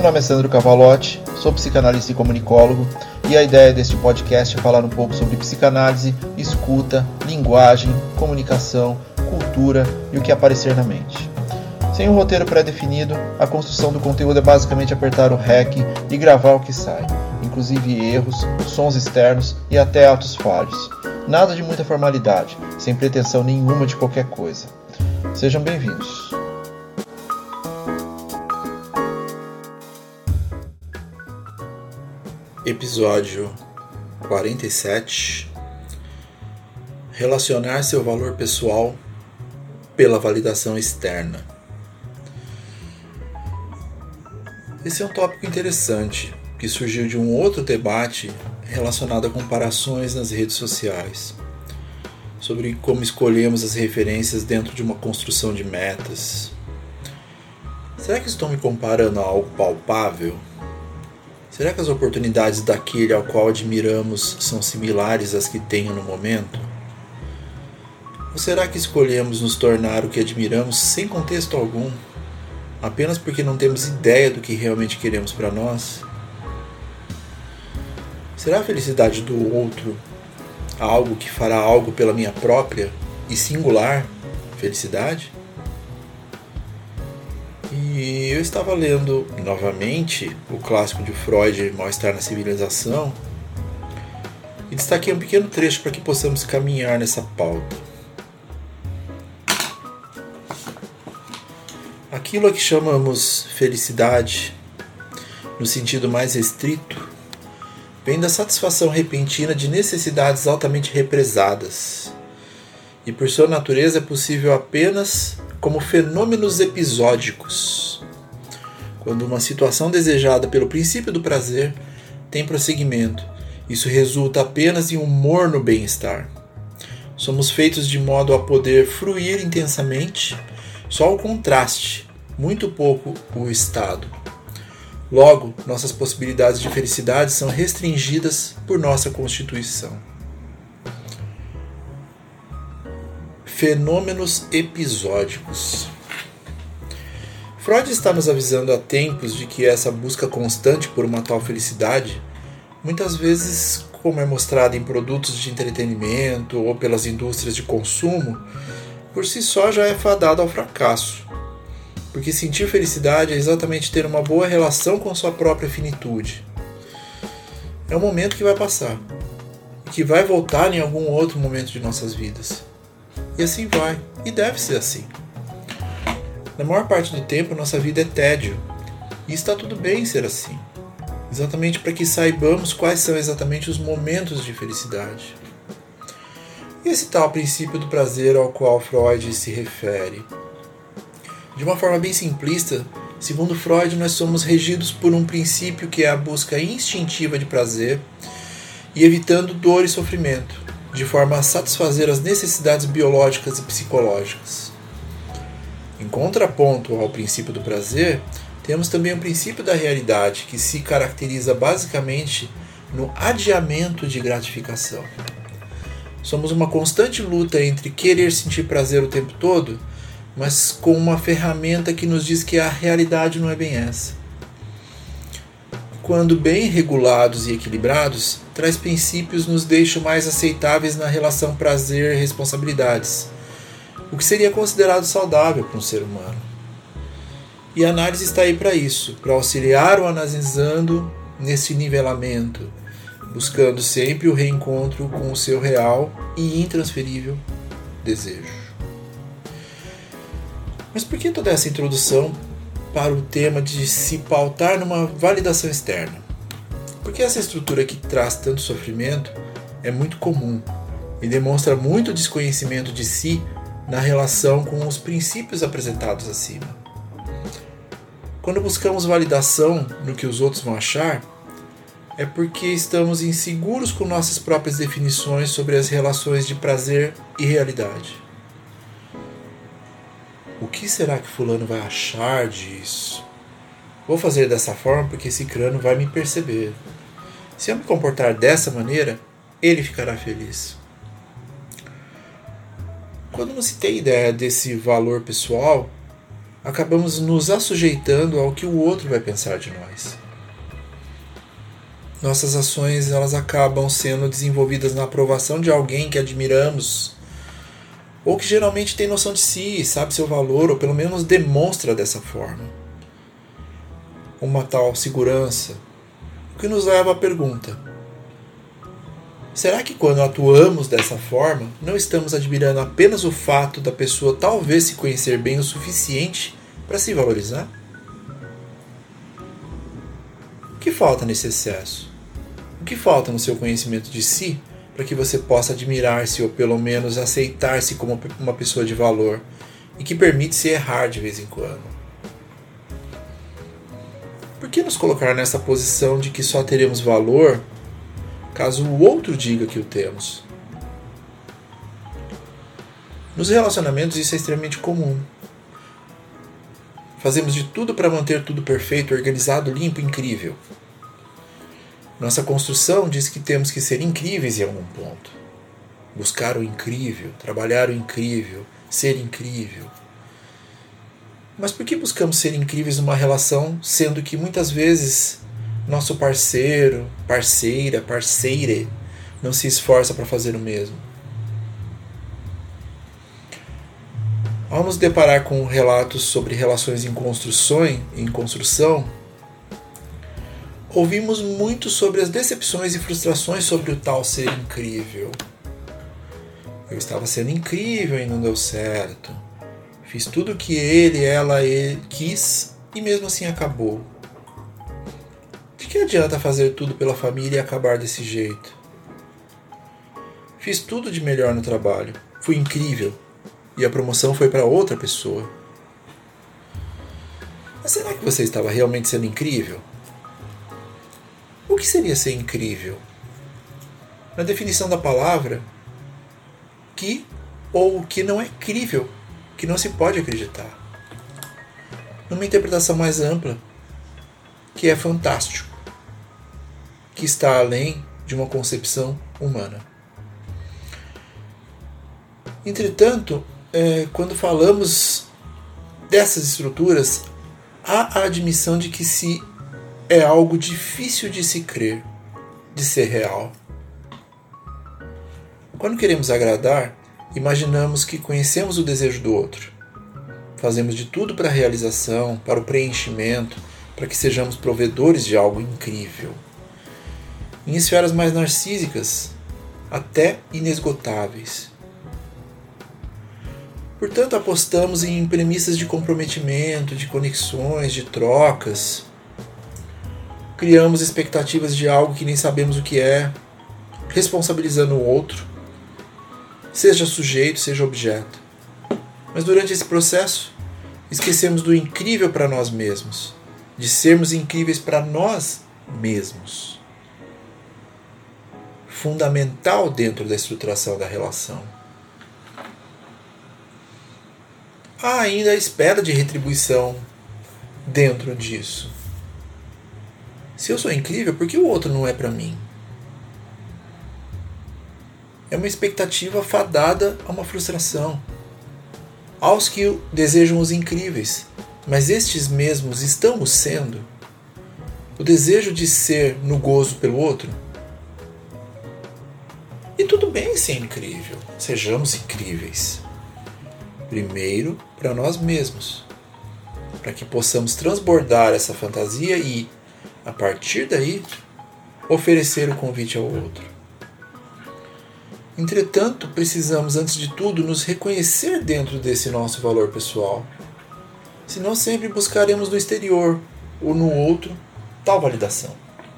nome é Sandro Cavalotti, sou psicanalista e comunicólogo, e a ideia deste podcast é falar um pouco sobre psicanálise, escuta, linguagem, comunicação, cultura e o que aparecer na mente. Sem um roteiro pré-definido, a construção do conteúdo é basicamente apertar o REC e gravar o que sai, inclusive erros, sons externos e até atos falhos. Nada de muita formalidade, sem pretensão nenhuma de qualquer coisa. Sejam bem-vindos. Episódio 47. Relacionar seu valor pessoal pela validação externa. Esse é um tópico interessante, que surgiu de um outro debate relacionado a comparações nas redes sociais, sobre como escolhemos as referências dentro de uma construção de metas. Será que estou me comparando a algo palpável? Será que as oportunidades daquele ao qual admiramos são similares às que tenho no momento? Ou será que escolhemos nos tornar o que admiramos sem contexto algum, apenas porque não temos ideia do que realmente queremos para nós? Será a felicidade do outro algo que fará algo pela minha própria e singular felicidade? E eu estava lendo novamente o clássico de Freud, Mal-Estar na Civilização, e destaquei um pequeno trecho para que possamos caminhar nessa pauta. Aquilo a que chamamos felicidade, no sentido mais restrito, vem da satisfação repentina de necessidades altamente represadas, e por sua natureza é possível apenas como fenômenos episódicos, quando uma situação desejada pelo princípio do prazer tem prosseguimento. Isso resulta apenas em um morno bem-estar. Somos feitos de modo a poder fruir intensamente só o contraste, muito pouco o estado. Logo, nossas possibilidades de felicidade são restringidas por nossa constituição. Fenômenos episódicos. Freud está nos avisando há tempos de que essa busca constante por uma tal felicidade, muitas vezes, como é mostrada em produtos de entretenimento ou pelas indústrias de consumo, por si só já é fadada ao fracasso. Porque sentir felicidade é exatamente ter uma boa relação com sua própria finitude. É um momento que vai passar, e que vai voltar em algum outro momento de nossas vidas. E assim vai, e deve ser assim. Na maior parte do tempo, nossa vida é tédio, e está tudo bem ser assim, exatamente para que saibamos quais são exatamente os momentos de felicidade. E esse tal princípio do prazer ao qual Freud se refere? De uma forma bem simplista, segundo Freud, nós somos regidos por um princípio que é a busca instintiva de prazer e evitando dor e sofrimento, de forma a satisfazer as necessidades biológicas e psicológicas. Em contraponto ao princípio do prazer, temos também o princípio da realidade, que se caracteriza basicamente no adiamento de gratificação. Somos uma constante luta entre querer sentir prazer o tempo todo, mas com uma ferramenta que nos diz que a realidade não é bem essa. Quando bem regulados e equilibrados, tais princípios nos deixam mais aceitáveis na relação prazer-responsabilidades, o que seria considerado saudável para um ser humano. E a análise está aí para isso, para auxiliar o analisando nesse nivelamento, buscando sempre o reencontro com o seu real e intransferível desejo. Mas por que toda essa introdução para o tema de se pautar numa validação externa? Porque essa estrutura que traz tanto sofrimento é muito comum e demonstra muito desconhecimento de si na relação com os princípios apresentados acima. Quando buscamos validação no que os outros vão achar, é porque estamos inseguros com nossas próprias definições sobre as relações de prazer e realidade. O que será que fulano vai achar disso? Vou fazer dessa forma porque esse crânio vai me perceber. Se eu me comportar dessa maneira, ele ficará feliz. Quando não se tem ideia desse valor pessoal, acabamos nos assujeitando ao que o outro vai pensar de nós. Nossas ações elas acabam sendo desenvolvidas na aprovação de alguém que admiramos, ou que geralmente tem noção de si, sabe seu valor, ou pelo menos demonstra dessa forma. Uma tal segurança, o que nos leva à pergunta: será que quando atuamos dessa forma, não estamos admirando apenas o fato da pessoa talvez se conhecer bem o suficiente para se valorizar? O que falta nesse excesso? O que falta no seu conhecimento de si para que você possa admirar-se ou pelo menos aceitar-se como uma pessoa de valor e que permite-se errar de vez em quando? Por que nos colocar nessa posição de que só teremos valor caso o outro diga que o temos? Nos relacionamentos isso é extremamente comum. Fazemos de tudo para manter tudo perfeito, organizado, limpo, incrível. Nossa construção diz que temos que ser incríveis em algum ponto. Buscar o incrível, trabalhar o incrível, ser incrível. Mas por que buscamos ser incríveis numa relação, sendo que muitas vezes nosso parceiro, parceira, parceire não se esforça para fazer o mesmo? Ao nos deparar com relatos sobre relações em construção, ouvimos muito sobre as decepções e frustrações sobre o tal ser incrível. Eu estava sendo incrível e não deu certo. Fiz tudo o que ela quis e mesmo assim acabou. De que adianta fazer tudo pela família e acabar desse jeito? Fiz tudo de melhor no trabalho. Fui incrível. E a promoção foi para outra pessoa. Mas será que você estava realmente sendo incrível? O que seria ser incrível? Na definição da palavra, que ou o que não é crível, que não se pode acreditar. Numa interpretação mais ampla, que é fantástico, que está além de uma concepção humana. Entretanto, quando falamos dessas estruturas, há a admissão de que se é algo difícil de se crer, de ser real. Quando queremos agradar, imaginamos que conhecemos o desejo do outro. Fazemos de tudo para a realização, para o preenchimento, para que sejamos provedores de algo incrível. Em esferas mais narcísicas, até inesgotáveis. Portanto, apostamos em premissas de comprometimento, de conexões, de trocas. Criamos expectativas de algo que nem sabemos o que é, responsabilizando o outro, seja sujeito, seja objeto. Mas durante esse processo, esquecemos do incrível para nós mesmos, de sermos incríveis para nós mesmos. Fundamental dentro da estruturação da relação. Há ainda a espera de retribuição dentro disso. Se eu sou incrível, por que o outro não é para mim? É uma expectativa fadada a uma frustração. Aos que desejam os incríveis, mas estes mesmos estão o sendo? O desejo de ser no gozo pelo outro? E tudo bem ser incrível, sejamos incríveis. Primeiro, para nós mesmos, para que possamos transbordar essa fantasia e, a partir daí, oferecer o convite ao outro. Entretanto, precisamos, antes de tudo, nos reconhecer dentro desse nosso valor pessoal. Senão sempre buscaremos no exterior ou no outro tal validação.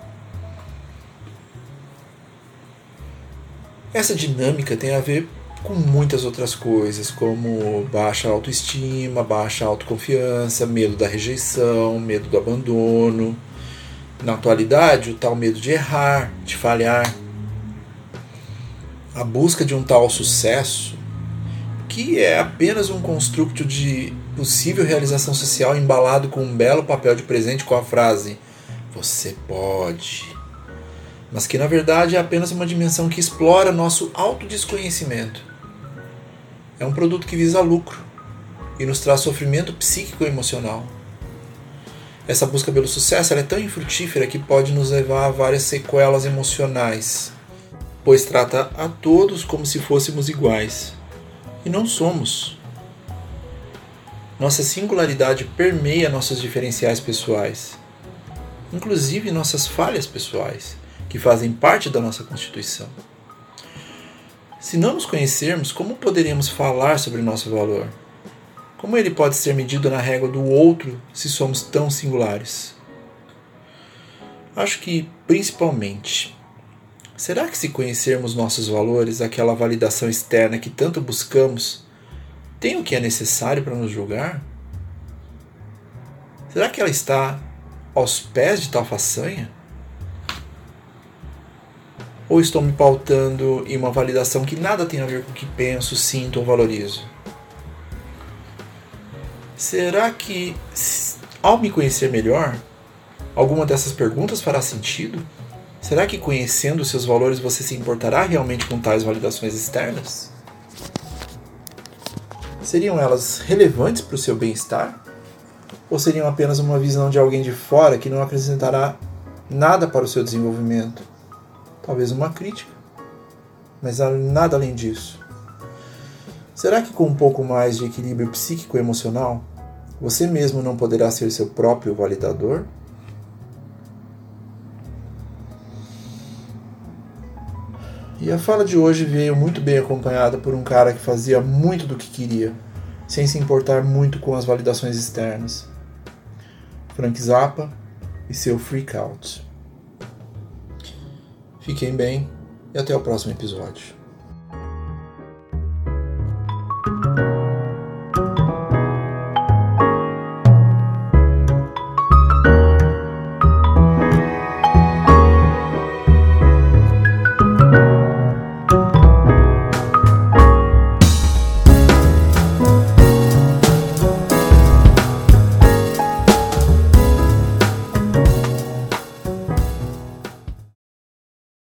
Essa dinâmica tem a ver com muitas outras coisas, como baixa autoestima, baixa autoconfiança, medo da rejeição, medo do abandono. Na atualidade, o tal medo de errar, de falhar. A busca de um tal sucesso, que é apenas um construto de possível realização social embalado com um belo papel de presente com a frase "Você pode", mas que na verdade é apenas uma dimensão que explora nosso autodesconhecimento. É um produto que visa lucro, e nos traz sofrimento psíquico e emocional. Essa busca pelo sucesso ela é tão infrutífera que pode nos levar a várias sequelas emocionais, pois trata a todos como se fôssemos iguais. E não somos. Nossa singularidade permeia nossos diferenciais pessoais, inclusive nossas falhas pessoais, que fazem parte da nossa constituição. Se não nos conhecermos, como poderíamos falar sobre nosso valor? Como ele pode ser medido na régua do outro se somos tão singulares? Acho que, principalmente, será que se conhecermos nossos valores, aquela validação externa que tanto buscamos, tem o que é necessário para nos julgar? Será que ela está aos pés de tal façanha? Ou estou me pautando em uma validação que nada tem a ver com o que penso, sinto ou valorizo? Será que, ao me conhecer melhor, alguma dessas perguntas fará sentido? Será que conhecendo seus valores você se importará realmente com tais validações externas? Seriam elas relevantes para o seu bem-estar? Ou seriam apenas uma visão de alguém de fora que não acrescentará nada para o seu desenvolvimento? Talvez uma crítica, mas nada além disso. Será que com um pouco mais de equilíbrio psíquico e emocional, você mesmo não poderá ser seu próprio validador? E a fala de hoje veio muito bem acompanhada por um cara que fazia muito do que queria, sem se importar muito com as validações externas. Frank Zappa e seu Freak Out. Fiquem bem e até o próximo episódio.